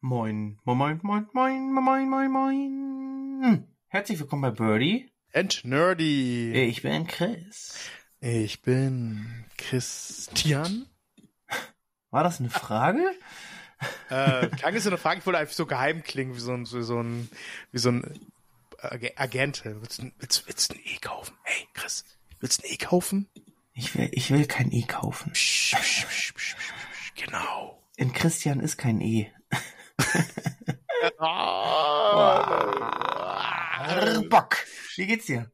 Moin, moin, moin, moin, moin, moin, moin, moin. Herzlich willkommen bei Birdie. And Nerdy. Ich bin Chris. Ich bin Christian. War das eine Frage? Klang ist so eine Frage, ich wollte einfach so geheim klingen, wie so ein Agent. Willst du ein E kaufen? Hey, Chris, willst du ein E kaufen? Ich will kein E kaufen. Genau. In Christian ist kein E. Bock. Wie geht's dir?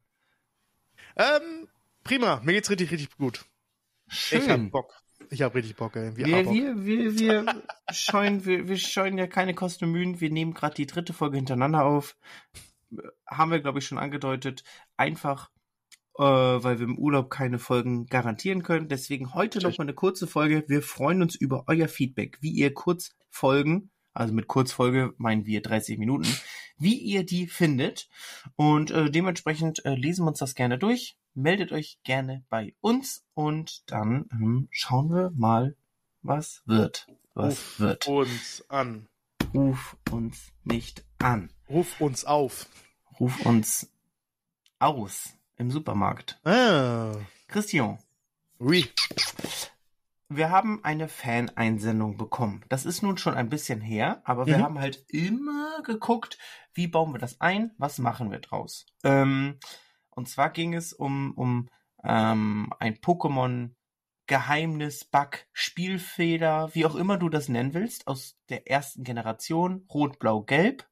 Prima. Mir geht's richtig, richtig gut. Schön. Ich hab Bock. Ich hab richtig Bock, ey. Wir scheuen ja keine Kosten und Mühen. Wir nehmen gerade die 3. Folge hintereinander auf. Haben wir, glaube ich, schon angedeutet. Einfach, weil wir im Urlaub keine Folgen garantieren können. Deswegen heute noch mal eine kurze Folge. Wir freuen uns über euer Feedback, wie ihr Kurzfolgen, also mit Kurzfolge meinen wir 30 Minuten, wie ihr die findet. Und dementsprechend lesen wir uns das gerne durch. Meldet euch gerne bei uns und dann schauen wir mal, was wird. Ruf uns an. Ruf uns nicht an. Ruf uns auf. Ruf uns aus im Supermarkt. Christian. Oui. Wir haben eine Fan-Einsendung bekommen. Das ist nun schon ein bisschen her, aber wir haben halt immer geguckt, wie bauen wir das ein, was machen wir draus. Und zwar ging es um ein Pokémon Geheimnis, Bug, Spielfeder, wie auch immer du das nennen willst, aus der ersten Generation, Rot, Blau, Gelb.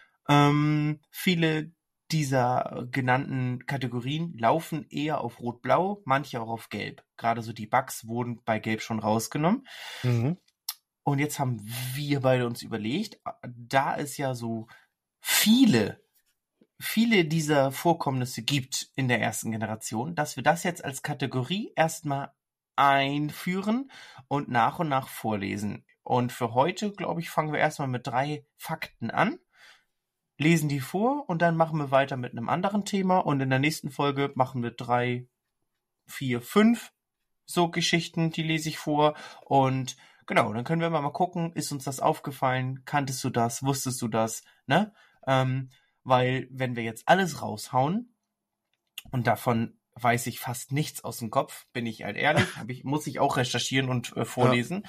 Viele dieser genannten Kategorien laufen eher auf Rot-Blau, manche auch auf Gelb. Gerade so die Bugs wurden bei Gelb schon rausgenommen. Und jetzt haben wir beide uns überlegt, da es ja so viele dieser Vorkommnisse gibt in der ersten Generation, dass wir das jetzt als Kategorie erstmal einführen und nach vorlesen. Und für heute, glaube ich, fangen wir erstmal mit 3 Fakten an, lesen die vor und dann machen wir weiter mit einem anderen Thema und in der nächsten Folge machen wir 3, 4, 5 so Geschichten, die lese ich vor und genau, dann können wir mal gucken, ist uns das aufgefallen, kanntest du das, wusstest du das, ne? Weil wenn wir jetzt alles raushauen und davon weiß ich fast nichts aus dem Kopf, bin ich halt ehrlich, muss ich auch recherchieren und vorlesen.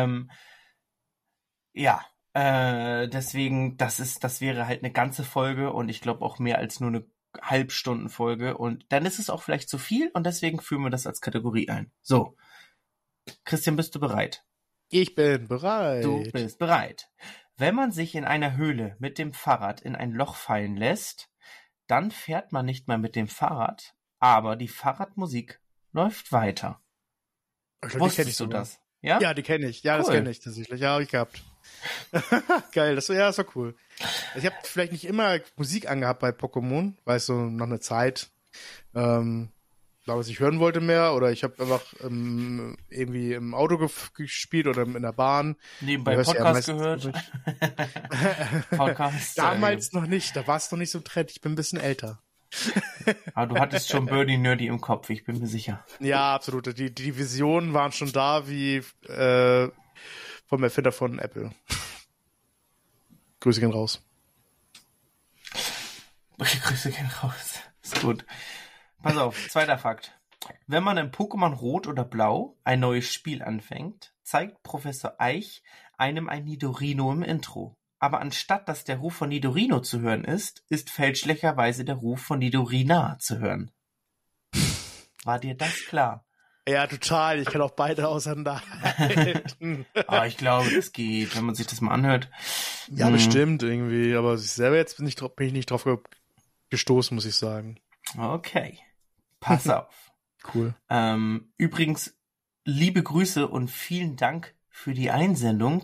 Deswegen, das wäre halt eine ganze Folge und ich glaube auch mehr als nur eine Halbstundenfolge und dann ist es auch vielleicht zu viel und deswegen führen wir das als Kategorie ein. So, Christian, bist du bereit? Ich bin bereit. Du bist bereit. Wenn man sich in einer Höhle mit dem Fahrrad in ein Loch fallen lässt, dann fährt man nicht mehr mit dem Fahrrad, aber die Fahrradmusik läuft weiter. Wusstest du das? Ja? Ja, die kenne ich. Ja, cool. Das kenne ich tatsächlich. Ja, habe ich gehabt. Geil, das war cool. Ich habe vielleicht nicht immer Musik angehabt bei Pokémon, weil es so noch eine Zeit, glaube ich hören wollte mehr oder ich habe einfach irgendwie im Auto gespielt oder in der Bahn. Nebenbei Podcast gehört. Podcast. Damals noch nicht, da war es noch nicht so ein Trend. Ich bin ein bisschen älter. Aber du hattest schon Birdie Nerdy im Kopf, ich bin mir sicher. Ja, absolut. Die Visionen waren schon da, wie vom Erfinder von Apple. Grüße gehen raus. Grüße gehen raus. Ist gut. Pass auf, 2. Fakt. Wenn man in Pokémon Rot oder Blau ein neues Spiel anfängt, zeigt Professor Eich einem ein Nidorino im Intro. Aber anstatt dass der Ruf von Nidorino zu hören ist fälschlicherweise der Ruf von Nidorina zu hören. War dir das klar? Ja, total. Ich kann auch beide auseinanderhalten. Aber ich glaube, das geht, wenn man sich das mal anhört. Ja, bestimmt irgendwie. Aber selber jetzt bin ich nicht drauf gestoßen, muss ich sagen. Okay. Pass auf. Cool. Übrigens, liebe Grüße und vielen Dank für die Einsendung.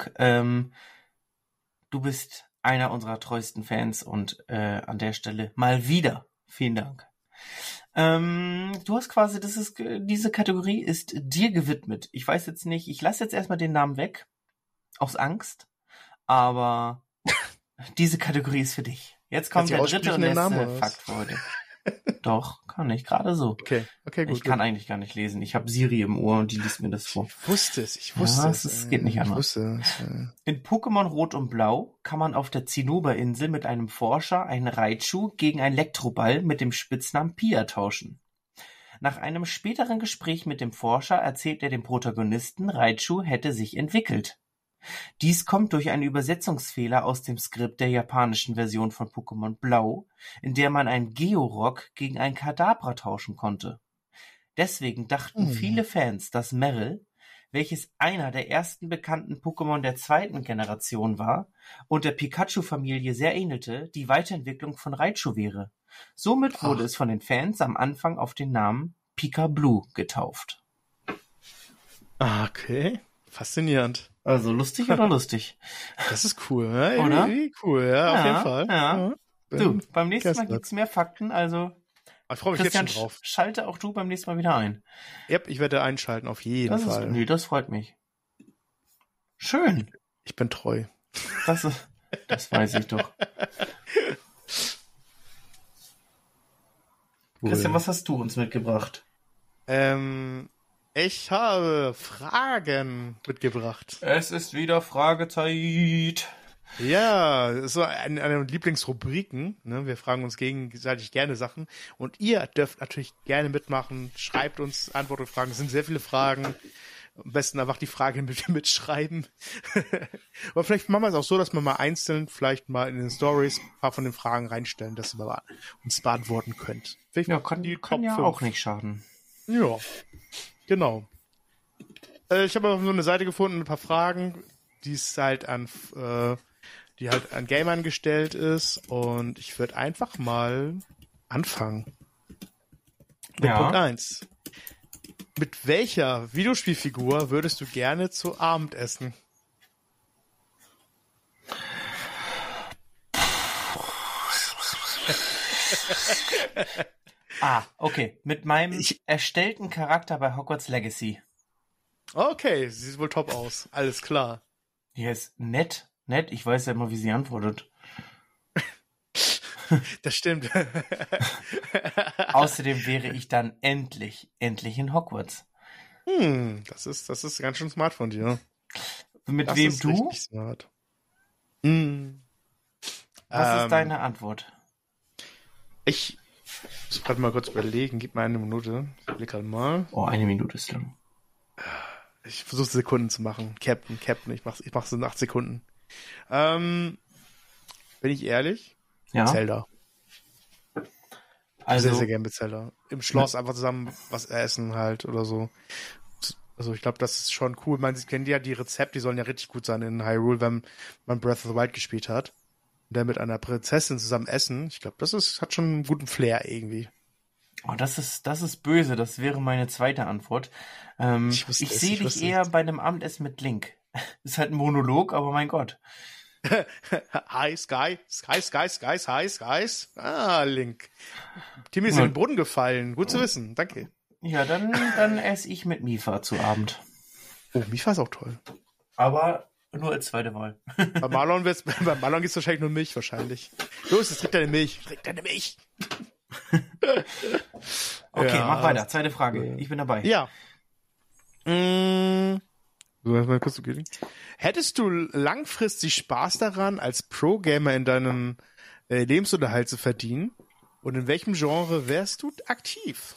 Du bist einer unserer treuesten Fans und an der Stelle mal wieder vielen Dank. Du hast quasi, diese Kategorie ist dir gewidmet. Ich weiß jetzt nicht, ich lasse jetzt erstmal den Namen weg, aus Angst, aber diese Kategorie ist für dich. Jetzt kommt der 3. und letzte Fakt für heute. Doch, kann ich, gerade so. Okay, gut. Ich kann eigentlich gar nicht lesen. Ich habe Siri im Ohr und die liest mir das vor. Ich wusste es. Es geht nicht anders. In Pokémon Rot und Blau kann man auf der Zinnoberinsel mit einem Forscher einen Raichu gegen einen Elektroball mit dem Spitznamen Pia tauschen. Nach einem späteren Gespräch mit dem Forscher erzählt er dem Protagonisten, Raichu hätte sich entwickelt. Dies kommt durch einen Übersetzungsfehler aus dem Skript der japanischen Version von Pokémon Blau, in der man einen Georock gegen einen Kadabra tauschen konnte. Deswegen dachten viele Fans, dass Meryl, welches einer der ersten bekannten Pokémon der zweiten Generation war und der Pikachu-Familie sehr ähnelte, die Weiterentwicklung von Raichu wäre. Somit wurde es von den Fans am Anfang auf den Namen Pika-Blue getauft. Okay, faszinierend. Also lustig oder lustig? Das ist cool, ne? Oder? Cool, ja, auf jeden Fall. Ja. Du, beim nächsten Mal gibt's mehr Fakten, also ich freue mich Christian, jetzt schon drauf. Schalte auch du beim nächsten Mal wieder ein. Yep, ich werde einschalten, auf jeden Fall. Das freut mich. Schön. Ich bin treu. Das weiß ich doch. Cool. Christian, was hast du uns mitgebracht? Ich habe Fragen mitgebracht. Es ist wieder Fragezeit. Ja, so eine meiner Lieblingsrubriken. Ne? Wir fragen uns gegenseitig gerne Sachen. Und ihr dürft natürlich gerne mitmachen. Schreibt uns Antworten auf Fragen. Es sind sehr viele Fragen. Am besten einfach die Frage mitschreiben. Aber vielleicht machen wir es auch so, dass wir mal einzeln vielleicht mal in den Stories ein paar von den Fragen reinstellen, dass ihr uns beantworten könnt. Vielleicht kann ja auch nicht schaden. Ja, genau. Ich habe auf so eine Seite gefunden, ein paar Fragen, die halt an Gamern gestellt ist. Und ich würde einfach mal anfangen. Mit Punkt 1. Mit welcher Videospielfigur würdest du gerne zu Abend essen? Okay. Mit meinem erstellten Charakter bei Hogwarts Legacy. Okay, sie sieht wohl top aus. Alles klar. Die ist nett. Ich weiß ja immer, wie sie antwortet. Das stimmt. Außerdem wäre ich dann endlich in Hogwarts. Das ist ganz schön smart von dir. Mit wem du? Richtig smart. Was ist deine Antwort? Ich muss gerade mal kurz überlegen. Gib mir eine Minute. Ich überlege gerade mal. Oh, 1 Minute ist lang. Ich versuche Sekunden zu machen. Captain. Ich mach's in 8 Sekunden. Bin ich ehrlich? Ja. Zelda. Also, sehr, sehr gerne mit Zelda. Im Schloss einfach zusammen was essen halt oder so. Also ich glaube, das ist schon cool. Man kennt ja die Rezepte, die sollen ja richtig gut sein in Hyrule, wenn man Breath of the Wild gespielt hat. Und dann mit einer Prinzessin zusammen essen. Ich glaube, hat schon einen guten Flair irgendwie. Oh, das ist böse. Das wäre meine zweite Antwort. Ich sehe dich eher bei einem Abendessen mit Link. Ist halt ein Monolog, aber mein Gott. Hi, Skies. Link. Timmy ist in den Boden gefallen. Gut zu wissen. Danke. Ja, dann esse ich mit Mifa zu Abend. Oh, Mifa ist auch toll. Aber nur als zweite Wahl. Bei Marlon gibt's wahrscheinlich nur Milch, wahrscheinlich. Los, jetzt trink deine Milch. Okay, mach weiter. Zweite Frage. Ich bin dabei. Ja. Hättest du langfristig Spaß daran, als Pro-Gamer in deinem Lebensunterhalt zu verdienen? Und in welchem Genre wärst du aktiv?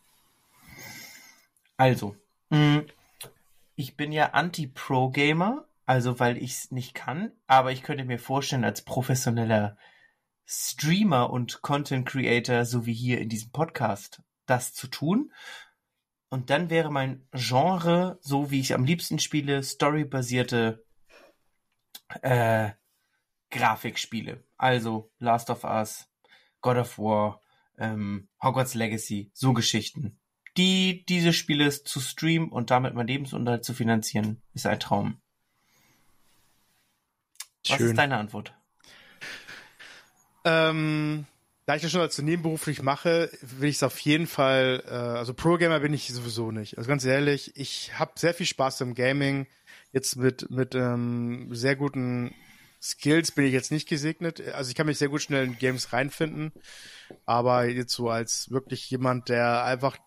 Also, ich bin ja Anti-Pro-Gamer, also weil ich es nicht kann, aber ich könnte mir vorstellen, als professioneller Streamer und Content Creator, so wie hier in diesem Podcast, das zu tun. Und dann wäre mein Genre, so wie ich am liebsten spiele, storybasierte Grafikspiele. Also Last of Us, God of War, Hogwarts Legacy, so Geschichten. Diese Spiele zu streamen und damit mein Lebensunterhalt zu finanzieren, ist ein Traum. Was ist deine Antwort? Da ich das schon als nebenberuflich mache, will ich es auf jeden Fall, also Pro-Gamer bin ich sowieso nicht. Also ganz ehrlich, ich habe sehr viel Spaß im Gaming, jetzt mit sehr guten Skills bin ich jetzt nicht gesegnet. Also ich kann mich sehr gut schnell in Games reinfinden, aber jetzt so als wirklich jemand, der einfach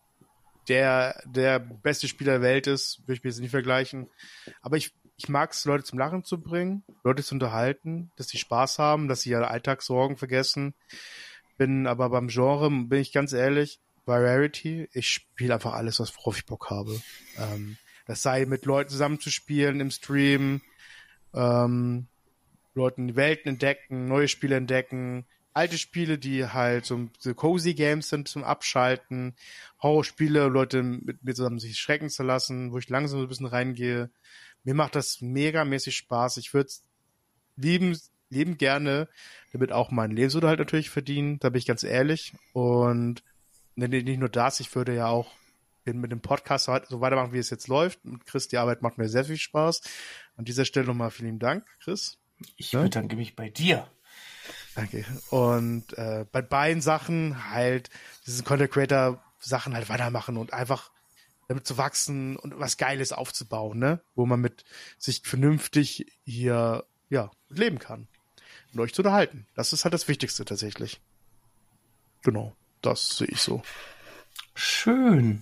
der beste Spieler der Welt ist, würde ich mir jetzt nicht vergleichen. Aber ich mag es, Leute zum Lachen zu bringen, Leute zu unterhalten, dass sie Spaß haben, dass sie ihre Alltagssorgen vergessen. Bin aber beim Genre, bin ich ganz ehrlich, Variety, ich spiele einfach alles, worauf ich Bock habe. Das sei mit Leuten zusammenzuspielen im Stream, Leuten die Welten entdecken, neue Spiele entdecken, alte Spiele, die halt so cozy Games sind zum Abschalten, Horrorspiele, Leute mit mir zusammen sich schrecken zu lassen, wo ich langsam so ein bisschen reingehe. Mir macht das megamäßig Spaß. Ich würde es lieben gerne, damit auch meinen Lebensunterhalt natürlich verdienen, da bin ich ganz ehrlich. Und nicht nur das, ich würde ja auch mit dem Podcast so weitermachen, wie es jetzt läuft. Und Chris, die Arbeit macht mir sehr viel Spaß. An dieser Stelle nochmal vielen Dank, Chris. Ich bedanke mich bei dir. Danke. Und bei beiden Sachen halt, diesen Content Creator Sachen halt weitermachen und einfach damit zu wachsen und was Geiles aufzubauen, ne? Wo man mit sich vernünftig hier, ja, leben kann. Und euch zu unterhalten. Das ist halt das Wichtigste tatsächlich. Genau. Das sehe ich so. Schön.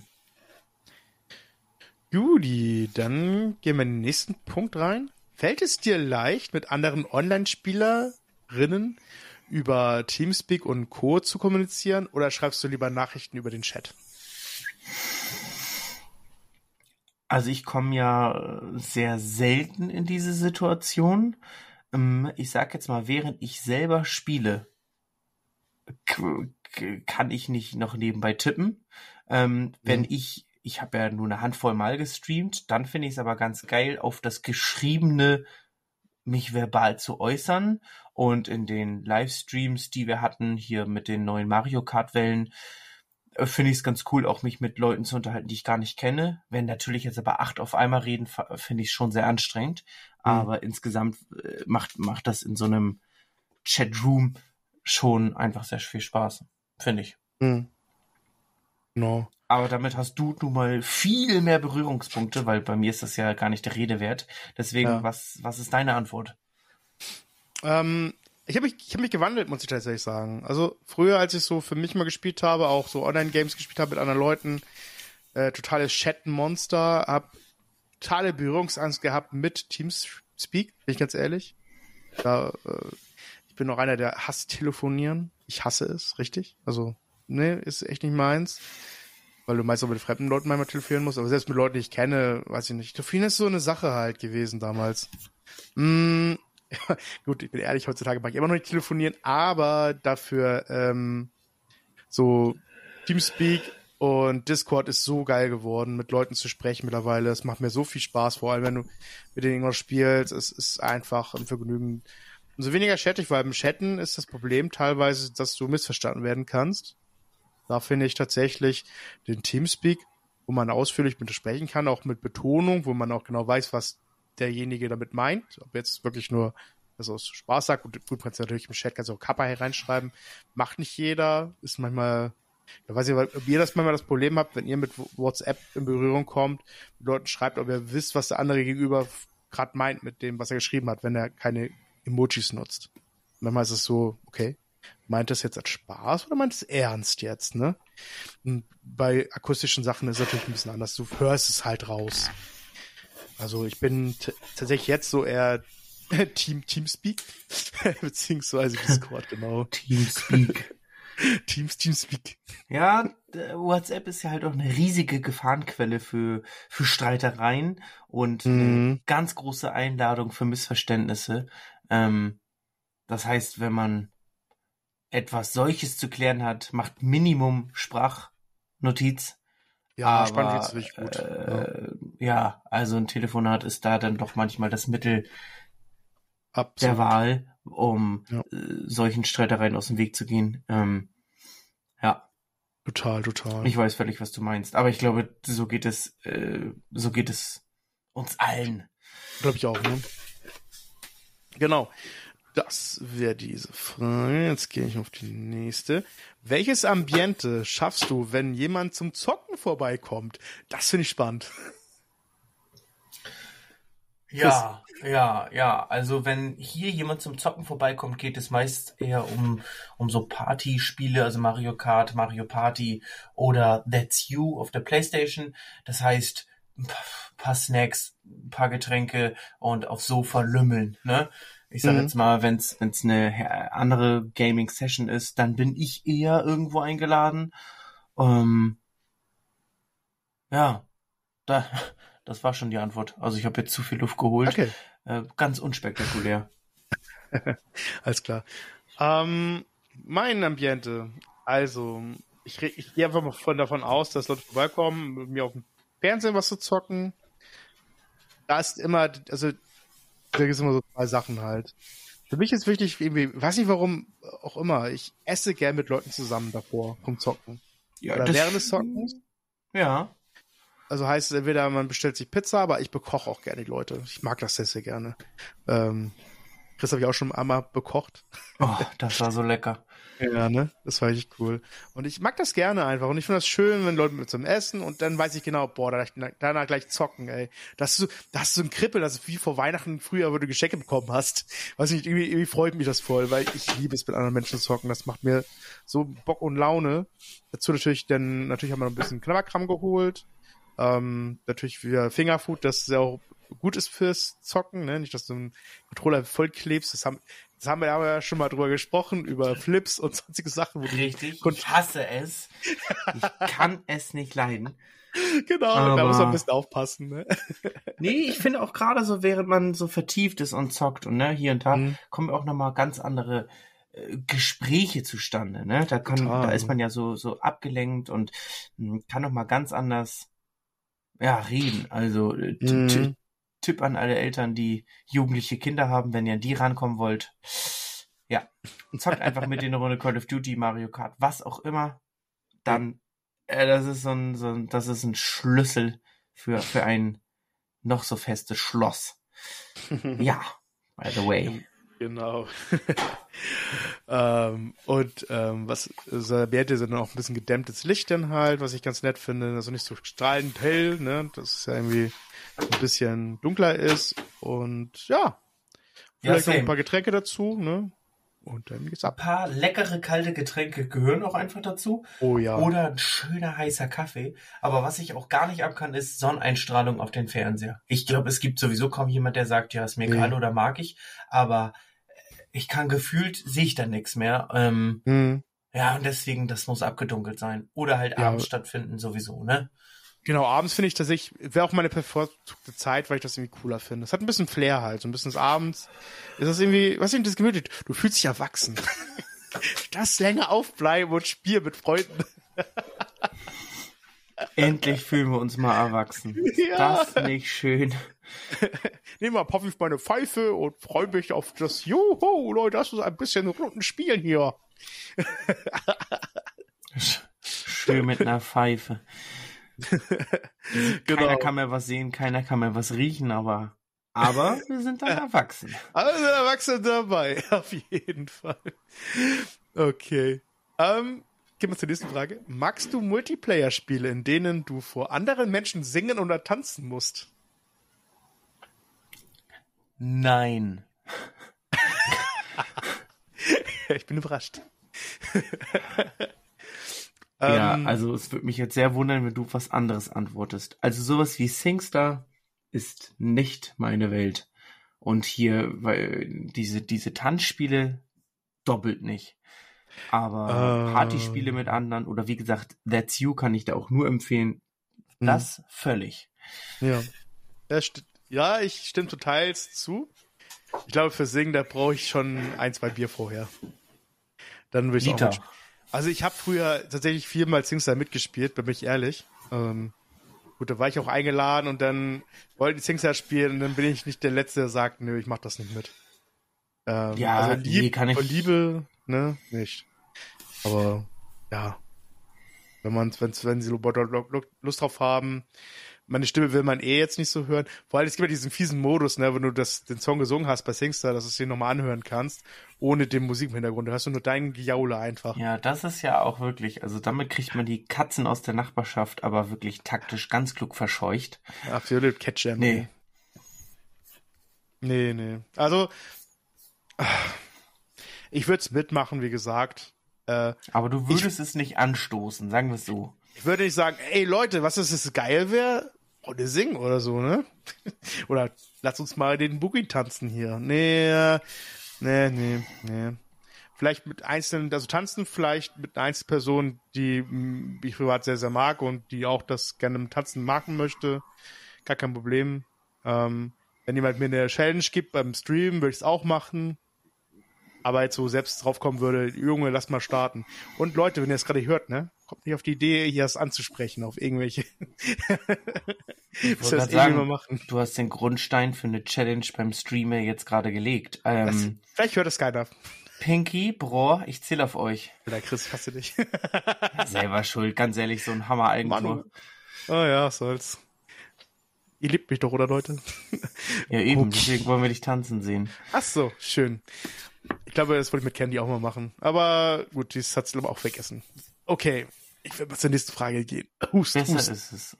Judy, dann gehen wir in den nächsten Punkt rein. Fällt es dir leicht, mit anderen Online-Spielerinnen über Teamspeak und Co. zu kommunizieren oder schreibst du lieber Nachrichten über den Chat? Also ich komme ja sehr selten in diese Situation. Ich sag jetzt mal, während ich selber spiele, kann ich nicht noch nebenbei tippen. Wenn ich habe ja nur eine Handvoll Mal gestreamt, dann finde ich es aber ganz geil, auf das Geschriebene mich verbal zu äußern. Und in den Livestreams, die wir hatten, hier mit den neuen Mario Kart Wellen, finde ich es ganz cool, auch mich mit Leuten zu unterhalten, die ich gar nicht kenne. Wenn natürlich jetzt aber 8 auf einmal reden, finde ich schon sehr anstrengend. Aber insgesamt macht das in so einem Chatroom schon einfach sehr viel Spaß, finde ich. No. Aber damit hast du nun mal viel mehr Berührungspunkte, weil bei mir ist das ja gar nicht der Rede wert. Deswegen, was ist deine Antwort? Ich hab mich gewandelt, muss ich tatsächlich sagen. Also früher, als ich so für mich mal gespielt habe, auch so Online-Games gespielt habe mit anderen Leuten, totales Chattenmonster, hab totale Berührungsangst gehabt mit Teamspeak, bin ich ganz ehrlich. Ich bin noch einer, der hasst telefonieren. Ich hasse es, richtig? Also, nee, ist echt nicht meins. Weil du meist auch mit fremden Leuten manchmal telefonieren musst, aber selbst mit Leuten, die ich kenne, weiß ich nicht. Telefonieren ist so eine Sache halt gewesen damals. Gut, ich bin ehrlich, heutzutage mag ich immer noch nicht telefonieren, aber dafür so Teamspeak und Discord ist so geil geworden, mit Leuten zu sprechen mittlerweile. Es macht mir so viel Spaß, vor allem wenn du mit denen irgendwas spielst. Es ist einfach ein Vergnügen. Umso weniger chattig, weil beim Chatten ist das Problem teilweise, dass du missverstanden werden kannst. Da finde ich tatsächlich den Teamspeak, wo man ausführlich mit sprechen kann, auch mit Betonung, wo man auch genau weiß, was derjenige damit meint. Ob jetzt wirklich nur das aus Spaß sagt. Gut, kannst du natürlich im Chat kannst du auch Kappa hereinschreiben. Macht nicht jeder. Ist manchmal, ich weiß nicht, ob ihr das manchmal das Problem habt, wenn ihr mit WhatsApp in Berührung kommt, mit Leuten schreibt, ob ihr wisst, was der andere gegenüber gerade meint mit dem, was er geschrieben hat, wenn er keine Emojis nutzt. Manchmal ist es so, okay, meint das jetzt als Spaß oder meint es ernst jetzt, ne? Und bei akustischen Sachen ist es natürlich ein bisschen anders. Du hörst es halt raus. Also ich bin tatsächlich jetzt so eher Teamspeak, beziehungsweise Discord, genau. Teamspeak. Teamspeak. Ja, WhatsApp ist ja halt auch eine riesige Gefahrenquelle für Streitereien und eine ganz große Einladung für Missverständnisse. Das heißt, wenn man etwas solches zu klären hat, macht Minimum Sprachnotiz. Ja, Sprachnotiz ist wirklich gut. Ja, also ein Telefonat ist da dann doch manchmal das Mittel Absolut. der Wahl, um solchen Streitereien aus dem Weg zu gehen. Ja. Total. Ich weiß völlig, was du meinst. Aber ich glaube, so geht es uns allen. Glaube ich auch, ne? Genau. Das wäre diese Frage. Jetzt gehe ich auf die nächste. Welches Ambiente schaffst du, wenn jemand zum Zocken vorbeikommt? Das finde ich spannend. Ja, Ja, also wenn hier jemand zum Zocken vorbeikommt, geht es meist eher um so Partyspiele, also Mario Kart, Mario Party oder That's You auf der PlayStation. Das heißt, ein paar Snacks, ein paar Getränke und aufs Sofa lümmeln, ne? Ich sag Mhm. jetzt mal, wenn's eine andere Gaming-Session ist, dann bin ich eher irgendwo eingeladen. Ähm, ja, da, das war schon die Antwort. Also ich habe jetzt zu viel Luft geholt. Okay, Ganz unspektakulär. alles klar. Mein Ambiente. Also, ich gehe einfach mal davon aus, dass Leute vorbeikommen, mit mir auf dem Fernsehen was zu zocken. Da ist immer, also, da gibt es immer so zwei Sachen halt. Für mich ist wichtig, irgendwie, weiß nicht warum auch immer, ich esse gern mit Leuten zusammen davor vom Zocken. Ja, Oder das, während des Zockens. ja. Also heißt es entweder man bestellt sich Pizza, aber ich bekoche auch gerne die Leute. Ich mag das sehr, sehr gerne. Chris habe ich auch schon einmal bekocht. Oh, das war so lecker. Ja, ne? Das war echt cool. Und ich mag das gerne einfach. Und ich finde das schön, wenn Leute mit zum Essen und dann weiß ich genau, boah, danach gleich zocken, ey. Da hast du so ein Kribbeln, das ist wie vor Weihnachten früher, wo du Geschenke bekommen hast. Weiß nicht, irgendwie freut mich das voll, weil ich liebe es, mit anderen Menschen zu zocken. Das macht mir so Bock und Laune. Dazu natürlich haben wir noch ein bisschen Knabberkram geholt. Natürlich wieder Fingerfood, das ja auch gut ist fürs Zocken, ne? Nicht, dass du einen Controller vollklebst. Das haben wir ja schon mal drüber gesprochen, über Flips und sonstige Sachen. Richtig, ich hasse es. Ich kann es nicht leiden. Genau, aber da muss man ein bisschen aufpassen, ne? Nee, ich finde auch gerade so, während man so vertieft ist und zockt und ne, hier und da kommen auch nochmal ganz andere Gespräche zustande, ne? Da ist man ja so abgelenkt und kann nochmal ganz anders reden. Also Tipp an alle Eltern, die jugendliche Kinder haben, wenn ihr an die rankommen wollt. Ja, zockt einfach mit denen eine Runde Call of Duty, Mario Kart, was auch immer. Dann, das ist das ist ein Schlüssel für ein noch so festes Schloss. Ja, by the way. Genau. Was Werte sind auch ein bisschen gedämmtes Licht dann halt, was ich ganz nett finde, also nicht so strahlend hell, ne, dass es ja irgendwie ein bisschen dunkler ist und ja, vielleicht noch ein paar Getränke dazu, ne, und dann geht's ab. Ein paar leckere kalte Getränke gehören auch einfach dazu. Oh ja. Oder ein schöner heißer Kaffee. Aber was ich auch gar nicht ab kann, ist Sonneneinstrahlung auf den Fernseher. Ich glaube, es gibt sowieso kaum jemand, der sagt, ja, ist mir egal oder mag ich. Aber ich kann gefühlt, sehe ich da nichts mehr. Ja, und deswegen, das muss abgedunkelt sein. Oder halt abends stattfinden sowieso, ne? Genau, abends finde ich tatsächlich, wäre auch meine bevorzugte Zeit, weil ich das irgendwie cooler finde. Es hat ein bisschen Flair halt, so ein bisschen abends. Ist das irgendwie, was ist denn das gemütlich? Du fühlst dich erwachsen. Das länger aufbleiben und spielen mit Freunden. Endlich fühlen wir uns mal erwachsen. Ja. Das nicht schön. Nehmen wir Puffy meine Pfeife und freue mich auf das Juhu, Leute, das ist ein bisschen Runden spielen hier. Schön mit einer Pfeife. Keiner kann mehr was sehen, keiner kann mehr was riechen, aber wir sind dann erwachsen. Aber wir sind erwachsen dabei, auf jeden Fall. Okay. Gehen wir zur nächsten Frage. Magst du Multiplayer-Spiele, in denen du vor anderen Menschen singen oder tanzen musst? Nein. Ich bin überrascht. Ja, also es würde mich jetzt sehr wundern, wenn du was anderes antwortest. Also sowas wie SingStar ist nicht meine Welt. Und hier, weil diese Tanzspiele doppelt nicht. Aber Partyspiele mit anderen oder wie gesagt, That's You kann ich da auch nur empfehlen. Das völlig. Ja. Ja, ich stimme total zu. Ich glaube, für Singen, da brauche ich schon 1, 2 Bier vorher. Dann würde ich auch. Also ich habe früher tatsächlich 4-mal SingStar mitgespielt, bin ich ehrlich. Gut, da war ich auch eingeladen und dann wollten die SingStar spielen und dann bin ich nicht der Letzte, der sagt, nö, ich mach das nicht mit. Ja, also Liebe, ne, nicht. Aber ja, wenn sie Lust drauf haben, meine Stimme will man jetzt nicht so hören. Vor allem, es gibt ja diesen fiesen Modus, ne, wenn du den Song gesungen hast bei SingStar, dass du es dir nochmal anhören kannst, ohne den Musik im Hintergrund. Da hast du nur deinen Gejaule einfach. Ja, das ist ja auch wirklich, also damit kriegt man die Katzen aus der Nachbarschaft aber wirklich taktisch ganz klug verscheucht. Absolut Catjam. Nee. Nee. Also, ich würde es mitmachen, wie gesagt. Aber du würdest es nicht anstoßen, sagen wir es so. Ich würde nicht sagen, ey Leute, was ist das geil wäre? Oder singen oder so, ne? Oder lass uns mal den Boogie tanzen hier. Nee. Vielleicht mit einzelnen, also tanzen vielleicht mit einer Einzelperson, die ich privat sehr, sehr mag und die auch das gerne im Tanzen machen möchte. Gar kein Problem. Wenn jemand mir eine Challenge gibt beim Stream, würde ich es auch machen. Aber jetzt so selbst drauf kommen würde, Junge, lass mal starten. Und Leute, wenn ihr es gerade hört, ne, kommt nicht auf die Idee, hier das anzusprechen, auf irgendwelche. Ich wollte gerade sagen, machen. Du hast den Grundstein für eine Challenge beim Streamer jetzt gerade gelegt. Vielleicht hört es keiner. Pinky, Bro, ich zähle auf euch. Der Chris, hasse dich. Selber schuld, ganz ehrlich, so ein Hammer-Eigentor. Oh ja, was soll's. Ihr liebt mich doch, oder Leute? Ja, eben, okay. Deswegen wollen wir dich tanzen sehen. Ach so, schön. Ich glaube, das wollte ich mit Candy auch mal machen. Aber gut, das hat sie aber auch vergessen. Okay, ich will mal zur nächsten Frage gehen. Besser ist es.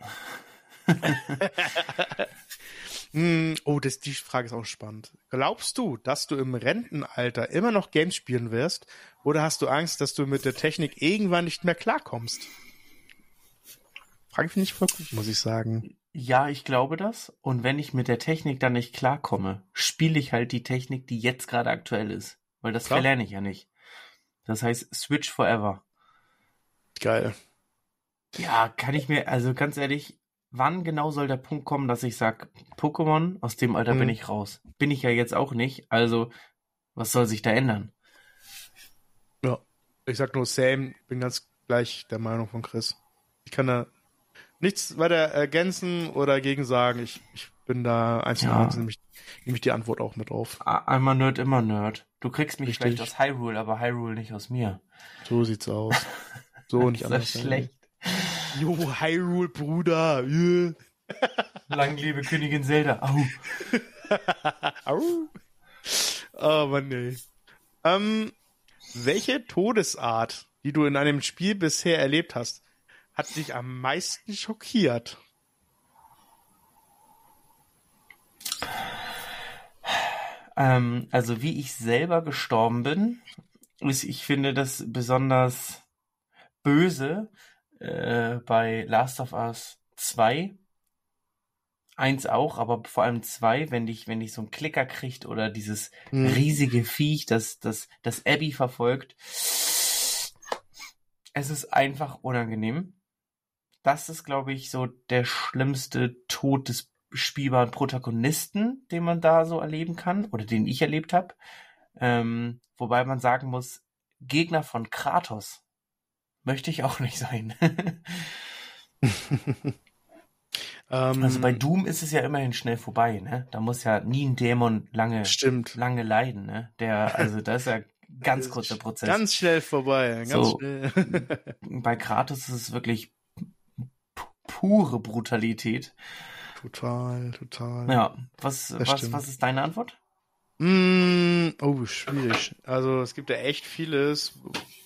Die Frage ist auch spannend. Glaubst du, dass du im Rentenalter immer noch Games spielen wirst? Oder hast du Angst, dass du mit der Technik irgendwann nicht mehr klarkommst? Frage finde ich voll gut, muss ich sagen. Ja, ich glaube das. Und wenn ich mit der Technik dann nicht klarkomme, spiele ich halt die Technik, die jetzt gerade aktuell ist. Weil das verlerne ich ja nicht. Das heißt, Switch forever. Geil. Ja, kann ich mir, also ganz ehrlich, wann genau soll der Punkt kommen, dass ich sage, Pokémon, aus dem Alter bin ich raus. Bin ich ja jetzt auch nicht, also was soll sich da ändern? Ja, ich sag nur same, bin ganz gleich der Meinung von Chris. Ich kann da nichts weiter ergänzen oder gegen sagen. Ich bin da nämlich die Antwort auch mit auf. Einmal Nerd, immer Nerd. Du kriegst mich vielleicht aus Hyrule, aber Hyrule nicht aus mir. So sieht's aus. So nicht anders. Das ist schlecht. Jo, Hyrule, Bruder. Yeah. Lang lebe Königin Zelda. Au. Au. Oh Mann, ey. Welche Todesart, die du in einem Spiel bisher erlebt hast, hat dich am meisten schockiert? Also wie ich selber gestorben bin, ich finde das besonders böse bei Last of Us 2. 1 auch, aber vor allem 2, wenn dich so ein Klicker kriegt oder dieses riesige Viech, das Abby verfolgt. Es ist einfach unangenehm. Das ist, glaube ich, so der schlimmste Tod des spielbaren Protagonisten, den man da so erleben kann oder den ich erlebt habe. Wobei man sagen muss, Gegner von Kratos möchte ich auch nicht sein. Also bei Doom ist es ja immerhin schnell vorbei, ne? Da muss ja nie ein Dämon lange leiden, ne? Also da ist ja ganz kurzer Prozess. Ganz schnell vorbei, schnell. Bei Kratos ist es wirklich pure Brutalität. Total. Ja, was ist deine Antwort? Schwierig. Also es gibt ja echt vieles,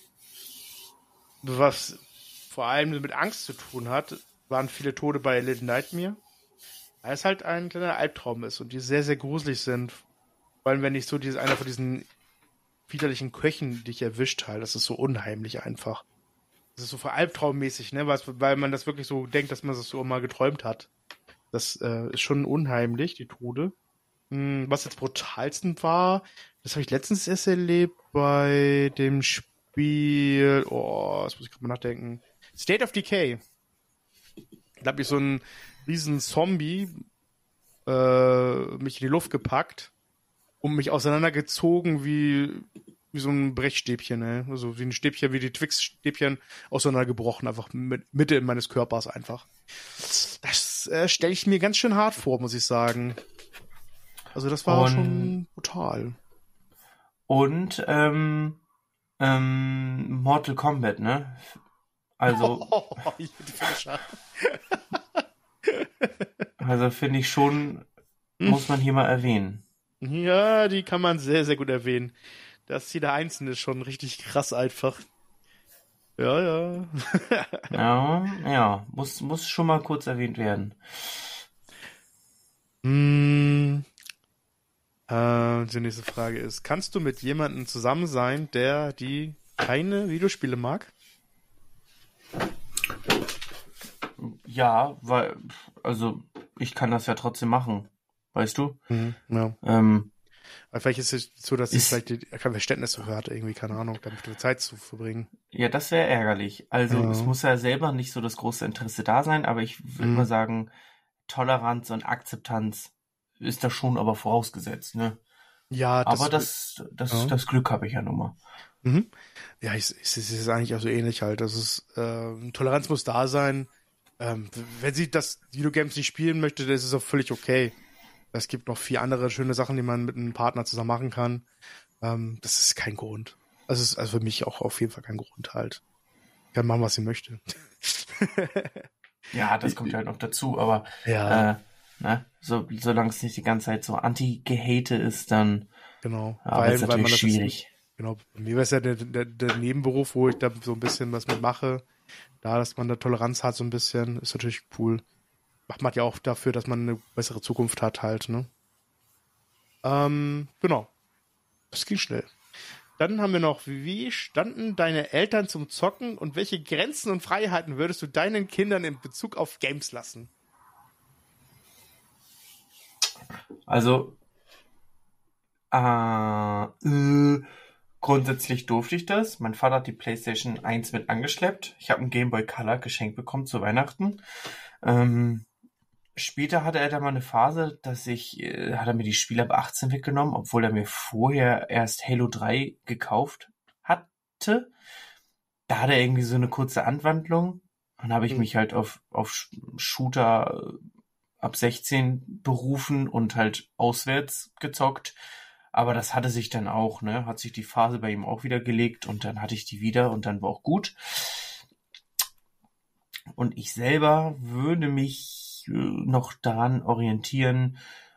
was vor allem mit Angst zu tun hat. Waren viele Tode bei Little Nightmare. Weil es halt ein kleiner Albtraum ist und die sehr, sehr gruselig sind. Vor allem, wenn ich so einer von diesen widerlichen Köchen dich erwischt halt. Das ist so unheimlich einfach. Das ist so albtraummäßig, ne? Weil man das wirklich so denkt, dass man das so mal geträumt hat. Das ist schon unheimlich, die Tode. Was jetzt brutalsten war, das habe ich letztens erst erlebt bei dem Spiel. Oh, das muss ich gerade mal nachdenken. State of Decay. Da habe ich so einen riesen Zombie mich in die Luft gepackt und mich auseinandergezogen wie so ein Brechstäbchen, ne? Also wie ein Stäbchen, wie die Twix-Stäbchen auseinandergebrochen, einfach Mitte meines Körpers einfach. Das stelle ich mir ganz schön hart vor, muss ich sagen. Also das war schon brutal. Und Mortal Kombat, ne? Also ich bin die Fischer. Also finde ich schon, muss man hier mal erwähnen. Ja, die kann man sehr, sehr gut erwähnen. Das jeder Einzelne ist schon richtig krass einfach. Ja. Ja, muss schon mal kurz erwähnt werden. Die nächste Frage ist, kannst du mit jemandem zusammen sein, der die keine Videospiele mag? Ja, weil, also ich kann das ja trotzdem machen, weißt du? Ja. Ähm, Aber vielleicht ist es so, dass sie ist, vielleicht kein Verständnis dafür hat, irgendwie, keine Ahnung, damit Zeit zu verbringen. ja, das wäre ärgerlich. Also es Ja. muss ja selber nicht so das große Interesse da sein, aber ich würde mal sagen, Toleranz und Akzeptanz ist da schon aber vorausgesetzt, ne? Ja, Aber ja. das Glück habe ich ja nun mal. Ja, es ist eigentlich auch so ähnlich halt. Das ist, Toleranz muss da sein. Wenn sie das Videogames nicht spielen möchte, dann ist es auch völlig okay. Es gibt noch viele andere schöne Sachen, die man mit einem Partner zusammen machen kann. Das ist kein Grund. Das ist also für mich auch auf jeden Fall kein Grund halt. Kann machen, was sie möchte. Ja, das kommt halt noch dazu, aber Ja. ne, solange es nicht die ganze Zeit so Anti-Gehate ist, dann Genau. ist natürlich schwierig. Genau. Bei mir wäre es ja der Nebenberuf, wo ich da so ein bisschen was mitmache. Da, dass man da Toleranz hat, so ein bisschen, ist natürlich cool. Macht man ja auch dafür, dass man eine bessere Zukunft hat halt, ne? Genau. Das ging schnell. Dann haben wir noch, wie standen deine Eltern zum Zocken und welche Grenzen und Freiheiten würdest du deinen Kindern in Bezug auf Games lassen? Also, grundsätzlich durfte ich das. Mein Vater hat die PlayStation 1 mit angeschleppt. Ich habe einen Game Boy Color geschenkt bekommen zu Weihnachten. Später hatte er dann mal eine Phase, hat er mir die Spiele ab 18 weggenommen, obwohl er mir vorher erst Halo 3 gekauft hatte. Da hat er irgendwie so eine kurze Anwandlung. Dann habe ich mich halt auf Shooter ab 16 berufen und halt auswärts gezockt. Aber das hatte sich dann auch, ne, hat sich die Phase bei ihm auch wieder gelegt und dann hatte ich die wieder und dann war auch gut. Und ich selber würde mich noch daran orientieren,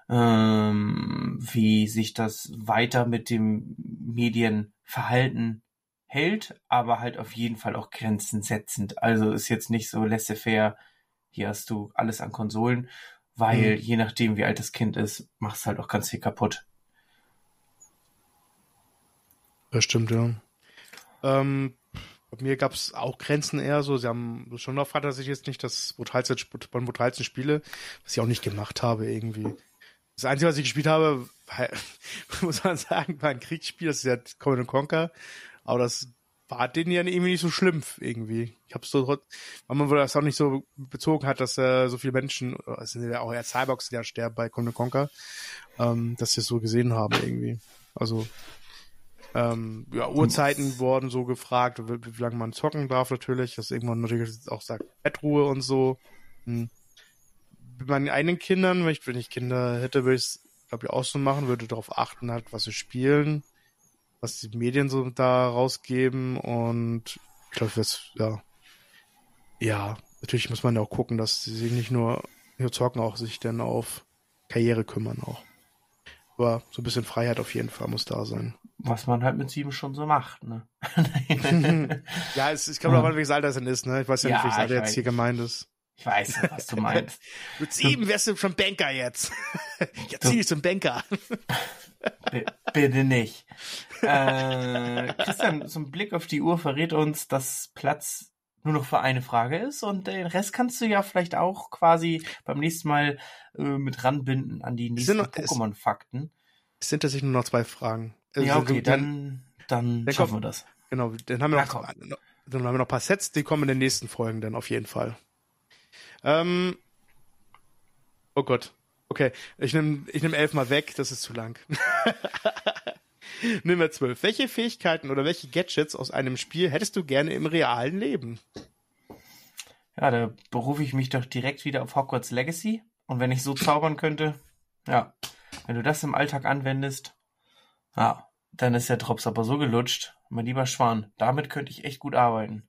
wie sich das weiter mit dem Medienverhalten hält, aber halt auf jeden Fall auch Grenzen setzend. Also ist jetzt nicht so laissez-faire, hier hast du alles an Konsolen, weil je nachdem, wie alt das Kind ist, macht es halt auch ganz viel kaputt. Das stimmt, ja. Bei mir gab es auch Grenzen eher so. Sie haben schon darauf gefragt, dass ich jetzt nicht das brutalste spiele, was ich auch nicht gemacht habe irgendwie. Das Einzige, was ich gespielt habe, muss man sagen, war ein Kriegsspiel, das ist ja Command & Conquer, aber das war denen ja irgendwie nicht so schlimm irgendwie. Ich habe so, weil man das auch nicht so bezogen hat, dass so viele Menschen, es sind ja auch eher Cyborgs, die ja sterben bei Command & Conquer, dass sie es so gesehen haben irgendwie. Also Uhrzeiten wurden so gefragt, wie lange man zocken darf natürlich, dass irgendwann natürlich auch sagt Bettruhe und so. Mit meinen eigenen Kindern, wenn ich Kinder hätte, würde ich es, glaube ich, auch so machen, würde darauf achten, halt, was sie spielen, was die Medien so da rausgeben und ich glaube, ja, natürlich muss man ja auch gucken, dass sie sich nicht nur zocken, auch sich dann auf Karriere kümmern auch. Aber so ein bisschen Freiheit auf jeden Fall muss da sein. Was man halt mit 7 schon so macht, ne? Ja, ich glaube auch, welches Alter es denn ist, ne? Ich weiß ja nicht, welches Alter jetzt hier gemeint ist. Ich weiß nicht, was du meinst. Mit 7 wärst du schon Banker jetzt. Jetzt zieh dich zum Banker. Bitte nicht. Christian, so ein Blick auf die Uhr verrät uns, dass Platz nur noch für eine Frage ist und den Rest kannst du ja vielleicht auch quasi beim nächsten Mal mit ranbinden an die nächsten Pokémon-Fakten. Es sind tatsächlich nur noch 2 Fragen. Ja, okay, dann schaffen wir das. Genau, dann haben wir noch ein paar Sets, die kommen in den nächsten Folgen dann auf jeden Fall. Oh Gott. Okay, ich nehm 11 mal weg, das ist zu lang. Nimm mal 12. Welche Fähigkeiten oder welche Gadgets aus einem Spiel hättest du gerne im realen Leben? Ja, da berufe ich mich doch direkt wieder auf Hogwarts Legacy. Und wenn ich so zaubern könnte, ja, wenn du das im Alltag anwendest, ja, dann ist der Drops aber so gelutscht. Mein lieber Schwan, damit könnte ich echt gut arbeiten.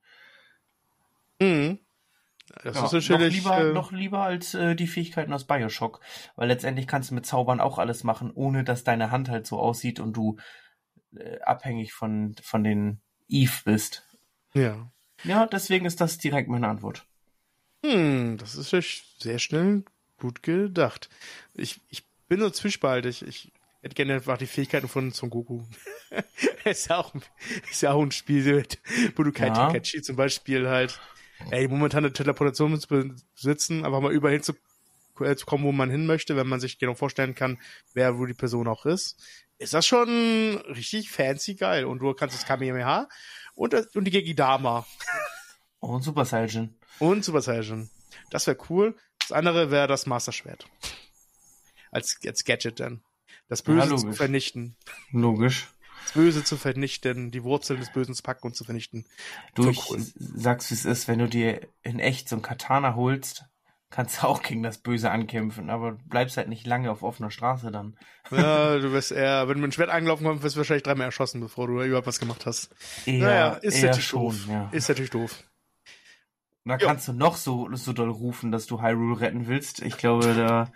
Das ist natürlich noch lieber als die Fähigkeiten aus BioShock, weil letztendlich kannst du mit Zaubern auch alles machen, ohne dass deine Hand halt so aussieht und du abhängig von den Eve bist. Ja. Ja, deswegen ist das direkt meine Antwort. Das ist sehr schnell gut gedacht. Ich bin so zwiespaltig. hätte gerne einfach die Fähigkeiten von Son Goku. ist ja auch ein Spiel, wo du kein Takechi zum Beispiel halt, momentan eine Teleportation zu besitzen, aber mal überall hinzukommen, wo man hin möchte, wenn man sich genau vorstellen kann, wo die Person auch ist das schon richtig fancy geil. Und du kannst das Kamehameha und die Gegidama. Und Super Saiyan. Das wäre cool. Das andere wäre das Master-Schwert. Als Gadget dann. Das Böse zu vernichten. Logisch. Das Böse zu vernichten, die Wurzeln des Bösen zu packen und zu vernichten. Du sagst, wie es ist, wenn du dir in echt so ein Katana holst, kannst du auch gegen das Böse ankämpfen, aber du bleibst halt nicht lange auf offener Straße dann. Ja, du wirst wenn du mit dem Schwert angelaufen kommst, wirst du wahrscheinlich 3-mal erschossen, bevor du überhaupt was gemacht hast. Ist natürlich doof. Ja. Ist natürlich doof. Da kannst du noch so doll rufen, dass du Hyrule retten willst. Ich glaube,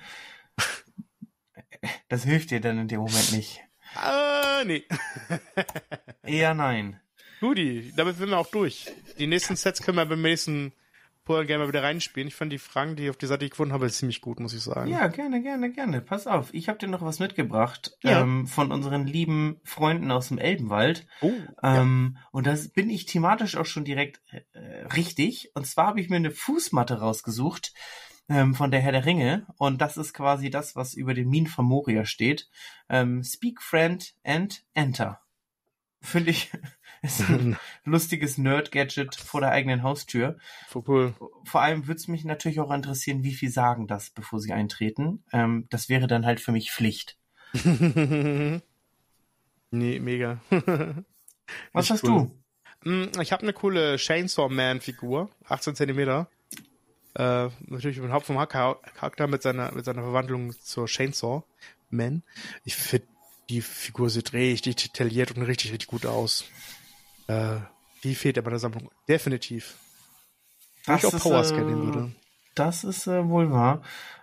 das hilft dir dann in dem Moment nicht. Nee. Eher nein. Guti, damit sind wir auch durch. Die nächsten Sets können wir beim nächsten Power Gamer wieder reinspielen. Ich fand die Fragen, die ich auf die Seite gefunden habe, ziemlich gut, muss ich sagen. Ja, gerne. Pass auf, ich habe dir noch was mitgebracht von unseren lieben Freunden aus dem Elbenwald. Und da bin ich thematisch auch schon direkt richtig. Und zwar habe ich mir eine Fußmatte rausgesucht von der Herr der Ringe. Und das ist quasi das, was über den Minen von Moria steht. Speak, Friend and Enter. Finde ich, ist ein lustiges Nerd-Gadget vor der eigenen Haustür. Cool. Vor allem würde es mich natürlich auch interessieren, wie viel sagen das, bevor sie eintreten. Das wäre dann halt für mich Pflicht. Nee, mega. Was hast du? Ich habe eine coole Chainsaw Man-Figur, 18 Zentimeter. Natürlich vom Charakter mit seiner Verwandlung zur Chainsaw Man. Ich finde, die Figur sieht richtig detailliert und richtig, richtig gut aus. Die fehlt aber in der Sammlung. Definitiv. Das ich auch Powerscan nehmen würde. Das ist wohl wahr.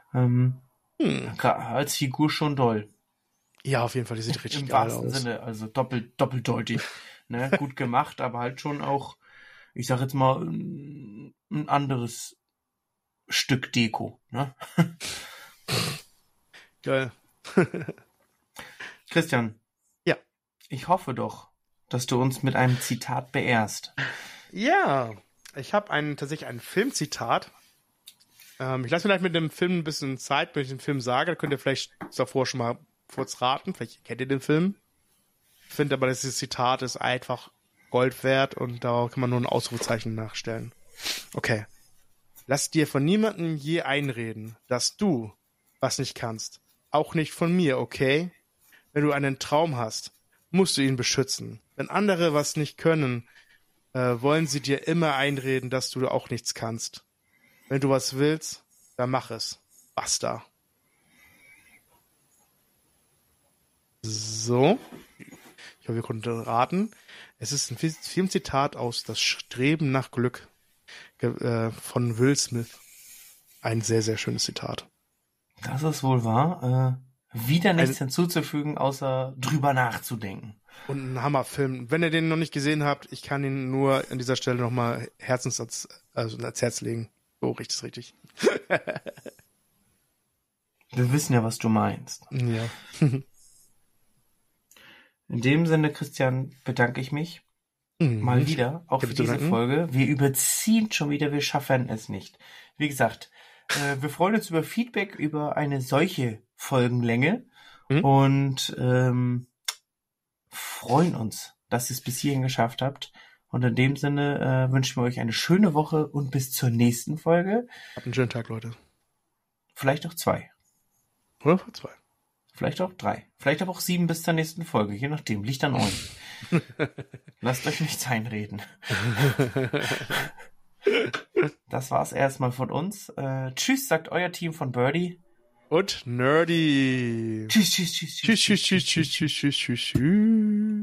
Als Figur schon doll. Ja, auf jeden Fall, die sieht richtig Im geil aus. Im wahrsten Sinne, also doppeldeutig. Ne? Gut gemacht, aber halt schon auch, ich sag jetzt mal, ein anderes Stück Deko. Ne? Geil. Christian. Ja. Ich hoffe doch, dass du uns mit einem Zitat beehrst. Ja, ich habe tatsächlich ein Filmzitat. Ich lasse mir vielleicht mit dem Film ein bisschen Zeit, wenn ich den Film sage. Da könnt ihr vielleicht davor schon mal kurz raten. Vielleicht kennt ihr den Film. Ich finde aber, dieses Zitat ist einfach Gold wert und da kann man nur ein Ausrufezeichen nachstellen. Okay. Lass dir von niemandem je einreden, dass du was nicht kannst. Auch nicht von mir, okay? Wenn du einen Traum hast, musst du ihn beschützen. Wenn andere was nicht können, wollen sie dir immer einreden, dass du auch nichts kannst. Wenn du was willst, dann mach es. Basta. So. Ich hoffe, ihr konntet raten. Es ist ein Filmzitat aus Das Streben nach Glück von Will Smith. Ein sehr, sehr schönes Zitat. Das ist wohl wahr. Wieder nichts hinzuzufügen, außer drüber nachzudenken. Und ein Hammerfilm. Wenn ihr den noch nicht gesehen habt, ich kann ihn nur an dieser Stelle nochmal ans Herz legen. Oh, richtig. Wir wissen ja, was du meinst. Ja. In dem Sinne, Christian, bedanke ich mich mal wieder, auch für diese Folge. Wir überziehen schon wieder, wir schaffen es nicht. Wie gesagt, wir freuen uns über Feedback über eine solche Folgenlänge und freuen uns, dass ihr es bis hierhin geschafft habt. Und in dem Sinne wünschen wir euch eine schöne Woche und bis zur nächsten Folge. Habt einen schönen Tag, Leute. Vielleicht auch 2. Oder 2. Vielleicht auch 3. Vielleicht aber auch 7 bis zur nächsten Folge. Je nachdem. Liegt an euch. Lasst euch nichts einreden. Das war's erstmal von uns. Tschüss, sagt euer Team von Birdie. Und Nerdy. Tschüss. Tschüss.